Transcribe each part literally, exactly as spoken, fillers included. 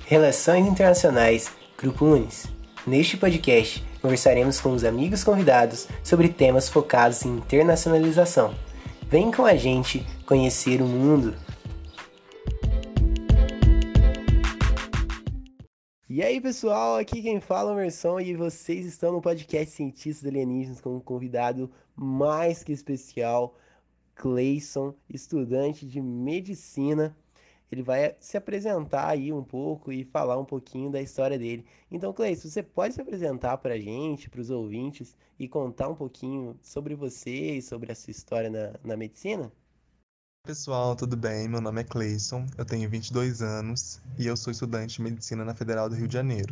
Relações Internacionais, Grupo Unis. Neste podcast, conversaremos com os amigos convidados sobre temas focados em internacionalização. Vem com a gente conhecer o mundo! E aí pessoal, aqui quem fala é o Emerson e vocês estão no podcast Cientistas Alienígenas com um convidado mais que especial, Cleison, estudante de medicina. Ele vai se apresentar aí um pouco e falar um pouquinho da história dele. Então, Cleison, você pode se apresentar para a gente, para os ouvintes, e contar um pouquinho sobre você e sobre a sua história na, na medicina? Pessoal, tudo bem? Meu nome é Cleison, eu tenho vinte e dois anos e eu sou estudante de medicina na Federal do Rio de Janeiro.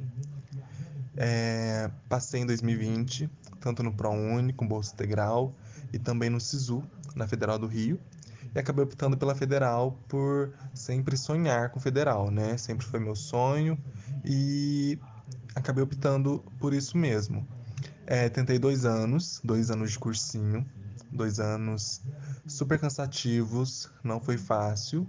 É, passei em dois mil e vinte, tanto no ProUni, com bolsa integral, e também no SISU, na Federal do Rio, e acabei optando pela Federal por sempre sonhar com Federal, né? Sempre foi meu sonho e acabei optando por isso mesmo. É, tentei dois anos, dois anos de cursinho, dois anos super cansativos, não foi fácil,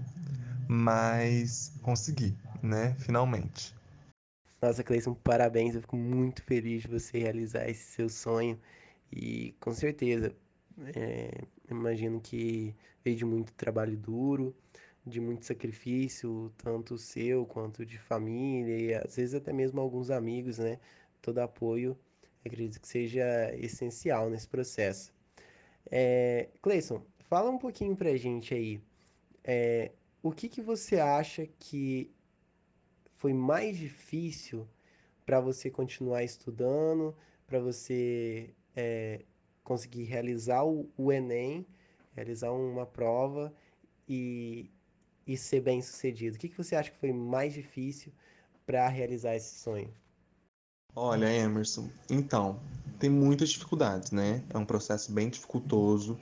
mas consegui, né? Finalmente. Nossa, Cleison, parabéns. Eu fico muito feliz de você realizar esse seu sonho. E com certeza, é, imagino que veio de muito trabalho duro, de muito sacrifício, tanto seu quanto de família, e às vezes até mesmo alguns amigos, né? Todo apoio, acredito que seja essencial nesse processo. É, Cleison, fala um pouquinho pra gente aí. É, o que que você acha que foi mais difícil para você continuar estudando, para você é, conseguir realizar o, o Enem, realizar uma prova e, e ser bem sucedido? O que, que você acha que foi mais difícil para realizar esse sonho? Olha, Emerson, então, tem muitas dificuldades, né? É um processo bem dificultoso,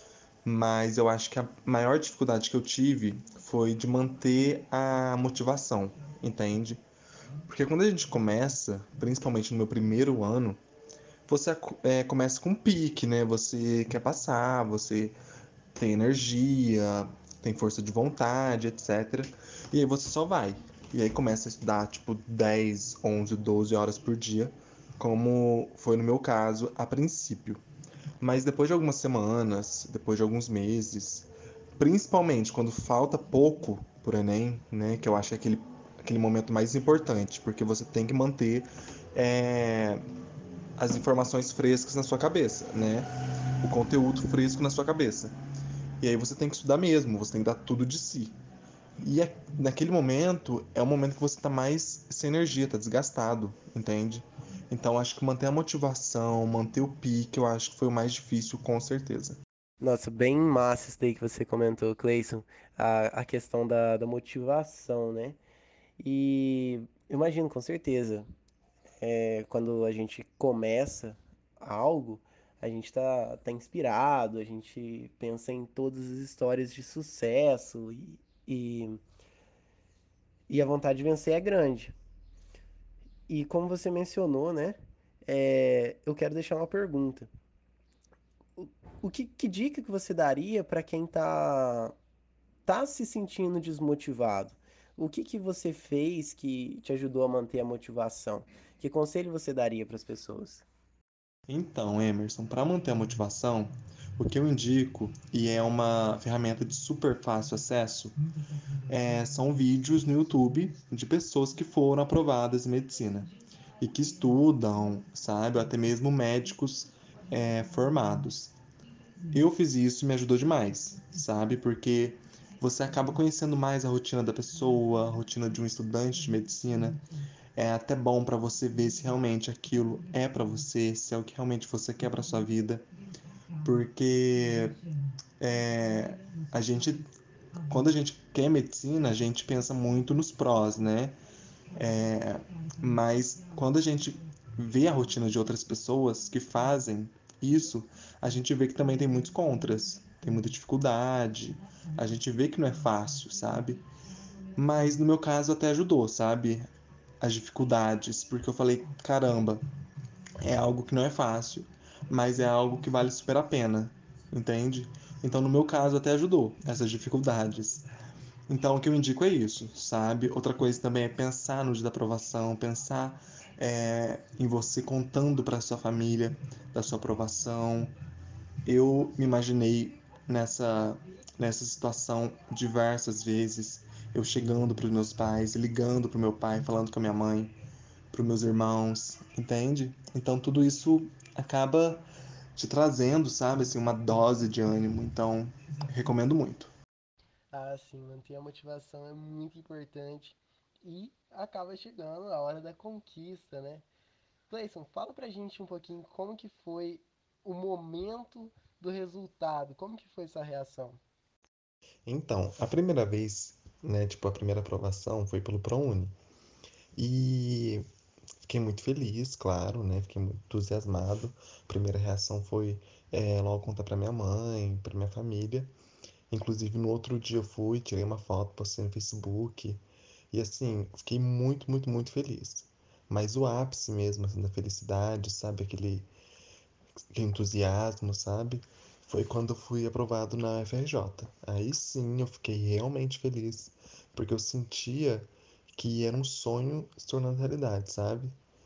mas eu acho que a maior dificuldade que eu tive foi de manter a motivação, entende? Porque quando a gente começa, principalmente no meu primeiro ano, você é, começa com um pique, né? Você quer passar, você tem energia, tem força de vontade, etcétera. E aí você só vai. E aí começa a estudar tipo dez, onze, doze horas por dia, como foi no meu caso a princípio. Mas depois de algumas semanas, depois de alguns meses, principalmente quando falta pouco por Enem, né, que eu acho que é aquele, aquele momento mais importante, porque você tem que manter é, as informações frescas na sua cabeça, né? O conteúdo fresco na sua cabeça. E aí você tem que estudar mesmo, você tem que dar tudo de si. E é, naquele momento é o momento que você está mais sem energia, está desgastado, entende? Então acho que manter a motivação, manter o pique, eu acho que foi o mais difícil, com certeza. Nossa, bem massa isso daí que você comentou, Cleison, a, a questão da, da motivação, né? E imagino, com certeza, é, quando a gente começa algo, a gente tá, tá inspirado, a gente pensa em todas as histórias de sucesso e, e, e a vontade de vencer é grande. E como você mencionou, né? É, eu quero deixar uma pergunta. O, o que, que dica que você daria para quem tá, tá se sentindo desmotivado? O que que você fez que te ajudou a manter a motivação? Que conselho você daria para as pessoas? Então, Emerson, para manter a motivação, o que eu indico, e é uma ferramenta de super fácil acesso, é, são vídeos no YouTube de pessoas que foram aprovadas em medicina e que estudam, sabe, ou até mesmo médicos é, formados. Eu fiz isso e me ajudou demais, sabe? Porque você acaba conhecendo mais a rotina da pessoa, a rotina de um estudante de medicina. É até bom para você ver se realmente aquilo é para você, se é o que realmente você quer para sua vida, porque é, a gente, quando a gente quer medicina, a gente pensa muito nos prós, né? É, mas quando a gente vê a rotina de outras pessoas que fazem isso, a gente vê que também tem muitos contras, tem muita dificuldade, a gente vê que não é fácil, sabe? Mas no meu caso até ajudou, sabe? As dificuldades, porque eu falei, caramba, é algo que não é fácil, mas é algo que vale super a pena, entende? Então no meu caso até ajudou essas dificuldades. Então, o que eu indico é isso, sabe? Outra coisa também é pensar no dia da aprovação, pensar é, em você contando para sua família da sua aprovação. Eu me imaginei nessa, nessa situação diversas vezes, eu chegando para os meus pais, ligando para o meu pai, falando com a minha mãe, para os meus irmãos, entende? Então, tudo isso acaba te trazendo, sabe, assim, uma dose de ânimo. Então, recomendo muito. Ah, sim, manter a motivação é muito importante e acaba chegando a hora da conquista, né? Cleison, fala pra gente um pouquinho como que foi o momento do resultado, como que foi sua reação? Então, a primeira vez, né, tipo, a primeira aprovação foi pelo ProUni. E fiquei muito feliz, claro, né? Fiquei muito entusiasmado. A primeira reação foi é, logo contar pra minha mãe, pra minha família. Inclusive, no outro dia eu fui, tirei uma foto, postei no Facebook. E assim, fiquei muito, muito, muito feliz. Mas o ápice mesmo, assim, da felicidade, sabe? Aquele, aquele entusiasmo, sabe? Foi quando eu fui aprovado na F R J. Aí sim eu fiquei realmente feliz, porque eu sentia que era um sonho se tornando realidade, sabe?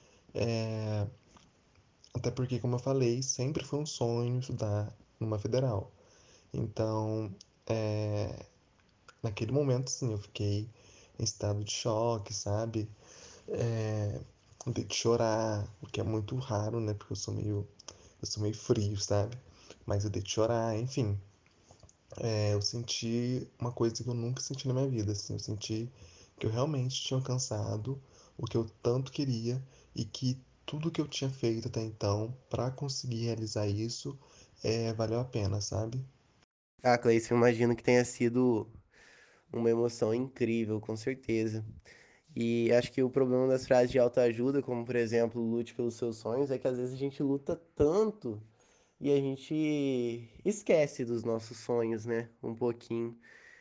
Até porque, como eu falei, sempre foi um sonho estudar numa federal. Então, é, naquele momento, sim, eu fiquei em estado de choque, sabe? É, de chorar, o que é muito raro, né? Porque eu sou meio, eu sou meio frio, sabe? Mas eu dei de chorar, enfim. É, eu senti uma coisa que eu nunca senti na minha vida, assim. Eu senti que eu realmente tinha alcançado o que eu tanto queria e que tudo que eu tinha feito até então para conseguir realizar isso é, valeu a pena, sabe? Ah, Cleison, eu imagino que tenha sido uma emoção incrível, com certeza. E acho que o problema das frases de autoajuda, como por exemplo, lute pelos seus sonhos, é que às vezes a gente luta tanto e a gente esquece dos nossos sonhos, né? Um pouquinho.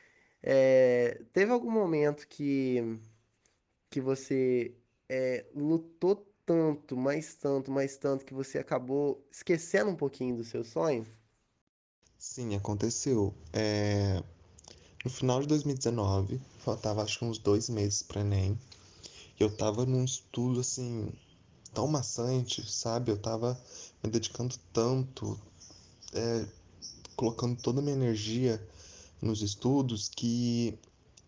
É, teve algum momento que, que você é, lutou tanto, mais tanto, mais tanto, que você acabou esquecendo um pouquinho do seu sonho? Sim, aconteceu. É, no final de dois mil e dezenove, faltava acho que uns dois meses para Enem, e eu tava num estudo assim tão maçante, sabe? Eu tava me dedicando tanto, colocando toda a minha energia nos estudos que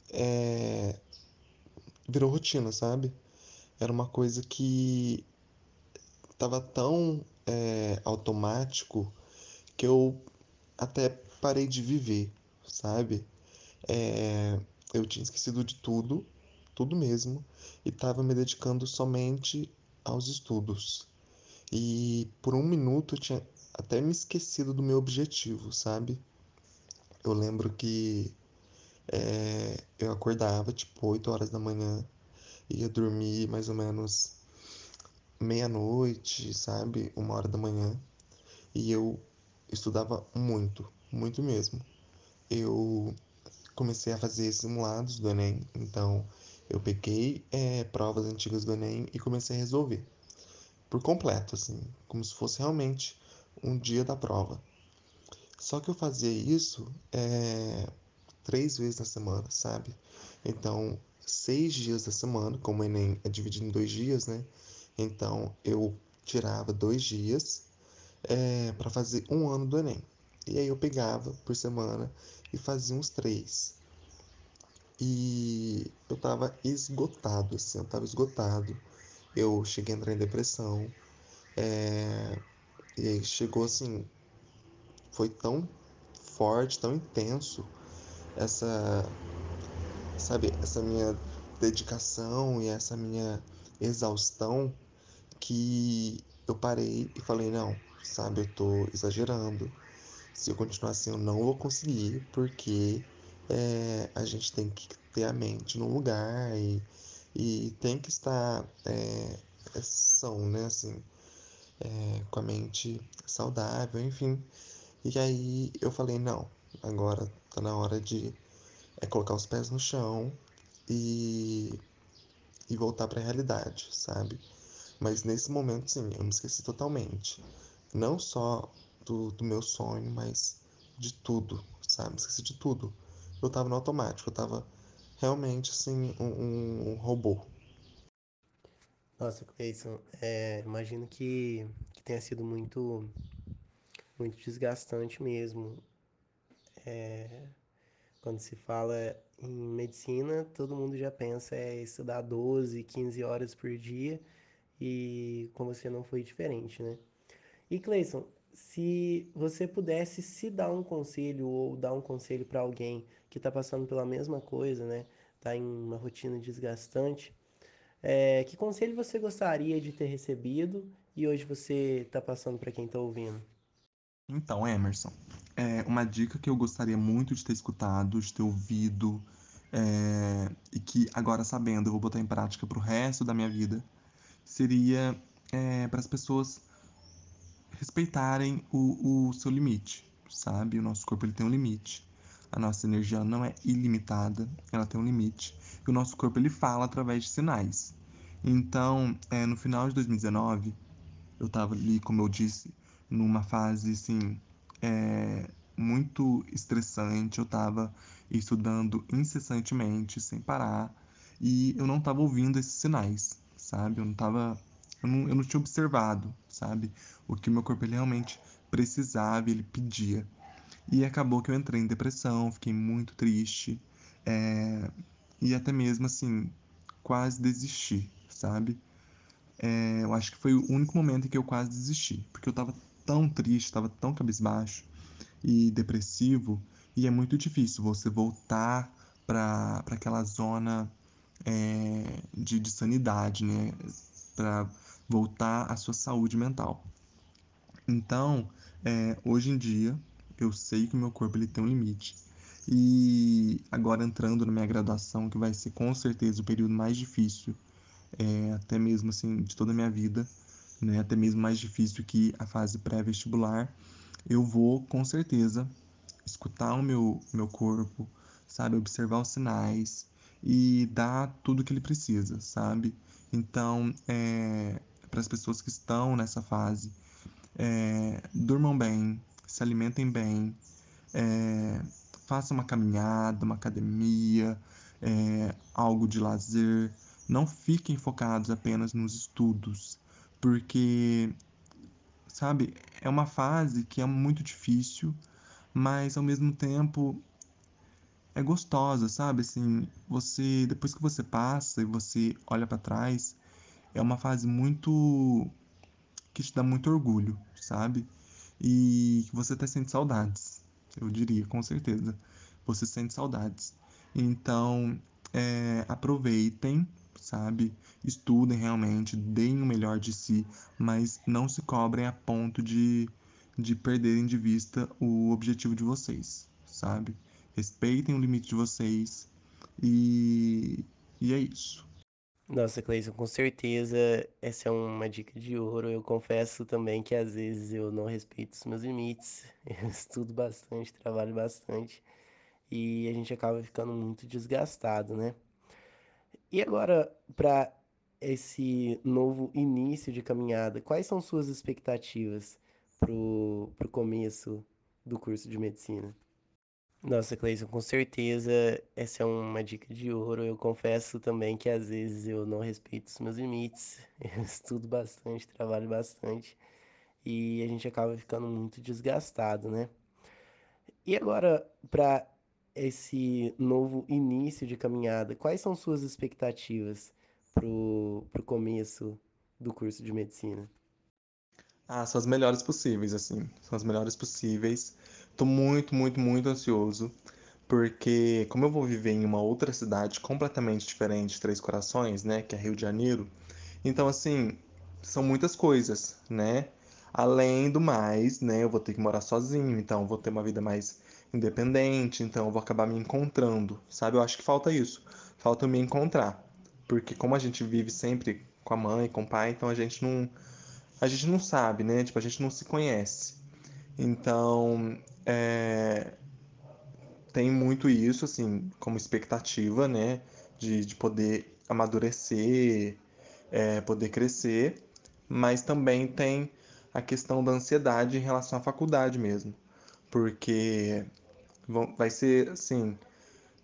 é, virou rotina, sabe? Era uma coisa que tava tão é, automático que eu até parei de viver, sabe? É, eu tinha esquecido de tudo, tudo mesmo, e tava me dedicando somente aos estudos. E por um minuto eu tinha até me esquecido do meu objetivo, sabe? Eu lembro que é, eu acordava tipo oito horas da manhã, ia dormir mais ou menos meia-noite, sabe? Uma hora da manhã. E eu estudava muito, muito mesmo. Eu comecei a fazer simulados do Enem, então eu peguei é, provas antigas do Enem e comecei a resolver por completo, assim, como se fosse realmente um dia da prova. Só que eu fazia isso é, três vezes na semana, sabe? Então, seis dias da semana, como o Enem é dividido em dois dias, né? Então, eu tirava dois dias é, para fazer um ano do Enem. E aí eu pegava por semana e fazia uns três. E eu tava esgotado, assim, eu tava esgotado. Eu cheguei a entrar em depressão. É, e aí chegou assim, foi tão forte, tão intenso essa, sabe, essa minha dedicação e essa minha exaustão que eu parei e falei, não, sabe, eu tô exagerando. Se eu continuar assim, eu não vou conseguir, porque é, a gente tem que ter a mente no lugar e, e tem que estar é, é são, né, assim, é, com a mente saudável, enfim. E aí eu falei, não, agora tá na hora de é, colocar os pés no chão e, e voltar para a realidade, sabe? Mas nesse momento, sim, eu me esqueci totalmente. Não só do, do meu sonho, mas de tudo, sabe? Me esqueci de tudo. Eu tava no automático, eu tava. realmente, assim, um, um um robô. Nossa, Cleison, é, imagino que, que tenha sido muito, muito desgastante mesmo. Quando se fala em medicina, todo mundo já pensa é estudar doze, quinze horas por dia e com você não foi diferente, né? E Cleison, se você pudesse se dar um conselho ou dar um conselho para alguém que está passando pela mesma coisa, né? Tá em uma rotina desgastante, é, que conselho você gostaria de ter recebido e hoje você está passando para quem está ouvindo? Então, Emerson, é uma dica que eu gostaria muito de ter escutado, de ter ouvido, é, e que agora sabendo eu vou botar em prática pro resto da minha vida, seria para as pessoas respeitarem o, o seu limite, sabe? O nosso corpo ele tem um limite. A nossa energia não é ilimitada, ela tem um limite. E o nosso corpo ele fala através de sinais. Então, é, no final de dois mil e dezenove, eu estava ali, como eu disse, numa fase assim, é, muito estressante. Eu estava estudando incessantemente, sem parar, e eu não estava ouvindo esses sinais, sabe? Eu não estava, eu não, eu não tinha observado, sabe? O que o meu corpo ele realmente precisava, ele pedia. E acabou que eu entrei em depressão, fiquei muito triste, é, e até mesmo assim, quase desisti, sabe? É, eu acho que foi o único momento em que eu quase desisti, porque eu tava tão triste, tava tão cabisbaixo e depressivo, e é muito difícil você voltar para para aquela zona é, de, de sanidade, né? Para voltar à sua saúde mental. Então, é, hoje em dia, eu sei que o meu corpo ele tem um limite. E agora entrando na minha graduação, que vai ser com certeza o período mais difícil, é, até mesmo assim, de toda a minha vida, né, até mesmo mais difícil que a fase pré-vestibular, eu vou com certeza escutar o meu, meu corpo, sabe, observar os sinais e dar tudo que ele precisa, sabe? Então, é, para as pessoas que estão nessa fase, é, durmam bem, se alimentem bem, é, faça uma caminhada, uma academia, é, algo de lazer. Não fiquem focados apenas nos estudos, porque, sabe, é uma fase que é muito difícil, mas ao mesmo tempo é gostosa, sabe? Assim, você depois que você passa e você olha para trás, é uma fase muito que te dá muito orgulho, sabe? E que você até sente saudades, eu diria, com certeza. Você sente saudades. Então, é, aproveitem, sabe? Estudem realmente, deem o melhor de si, mas não se cobrem a ponto de, de perderem de vista o objetivo de vocês, sabe? Respeitem o limite de vocês e, e é isso. Nossa, Cleison, com certeza essa é uma dica de ouro. Eu confesso também que às vezes eu não respeito os meus limites. Eu estudo bastante, trabalho bastante e a gente acaba ficando muito desgastado, né? E agora, para esse novo início de caminhada, quais são suas expectativas pro, pro começo do curso de medicina? Nossa, Cleison, com certeza essa é uma dica de ouro. Eu confesso também que às vezes eu não respeito os meus limites. Eu estudo bastante, trabalho bastante e a gente acaba ficando muito desgastado, né? E agora, para esse novo início de caminhada, quais são suas expectativas pro, pro começo do curso de medicina? Ah, são as melhores possíveis, assim. São as melhores possíveis. Tô muito, muito, muito ansioso, porque como eu vou viver em uma outra cidade completamente diferente de Três Corações, né, que é Rio de Janeiro, então, assim, são muitas coisas, né? Além do mais, né, eu vou ter que morar sozinho, então eu vou ter uma vida mais independente, então eu vou acabar me encontrando, sabe? Eu acho que falta isso. Falta eu me encontrar. Porque como a gente vive sempre com a mãe, com o pai, então a gente não a gente não sabe, né? Tipo, a gente não se conhece. Então, é, tem muito isso, assim, como expectativa, né? De, de poder amadurecer, é, poder crescer, mas também tem a questão da ansiedade em relação à faculdade mesmo, porque vão, vai ser, assim,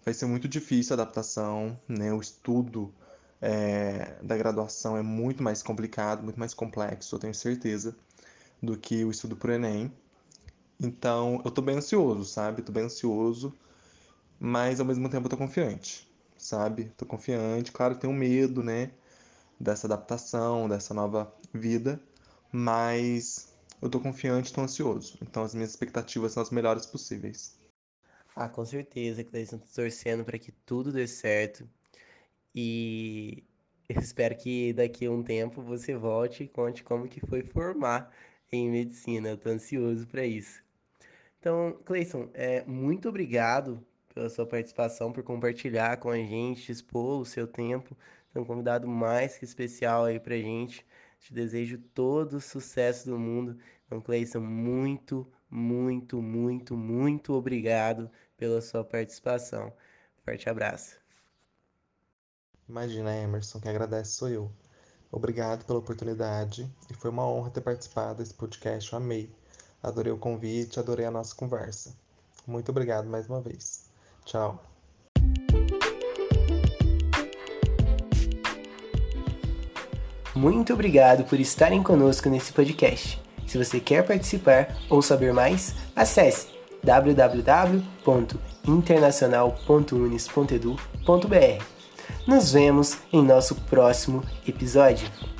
vai ser muito difícil a adaptação, né? O estudo é, da graduação é muito mais complicado, muito mais complexo, eu tenho certeza, do que o estudo pro Enem. Então, eu tô bem ansioso, sabe? Tô bem ansioso, mas ao mesmo tempo eu tô confiante, sabe? Tô confiante, claro, tenho medo, né? Dessa adaptação, dessa nova vida, mas eu tô confiante e tô ansioso. Então, as minhas expectativas são as melhores possíveis. Ah, com certeza, Cleison, tô torcendo para que tudo dê certo e eu espero que daqui a um tempo você volte e conte como que foi formar em medicina. Eu tô ansioso para isso. Então, Cleison, é, muito obrigado pela sua participação, por compartilhar com a gente, expor o seu tempo. Você é um convidado mais que especial aí pra gente. Te desejo todo o sucesso do mundo. Então, Cleison, muito, muito, muito, muito obrigado pela sua participação. Forte abraço. Imagina, Emerson, quem agradece sou eu. Obrigado pela oportunidade e foi uma honra ter participado desse podcast. Eu amei. Adorei o convite, adorei a nossa conversa. Muito obrigado mais uma vez. Tchau. Muito obrigado por estarem conosco nesse podcast. Se você quer participar ou saber mais, acesse w w w ponto internacional ponto unis ponto edu ponto b r. Nos vemos em nosso próximo episódio.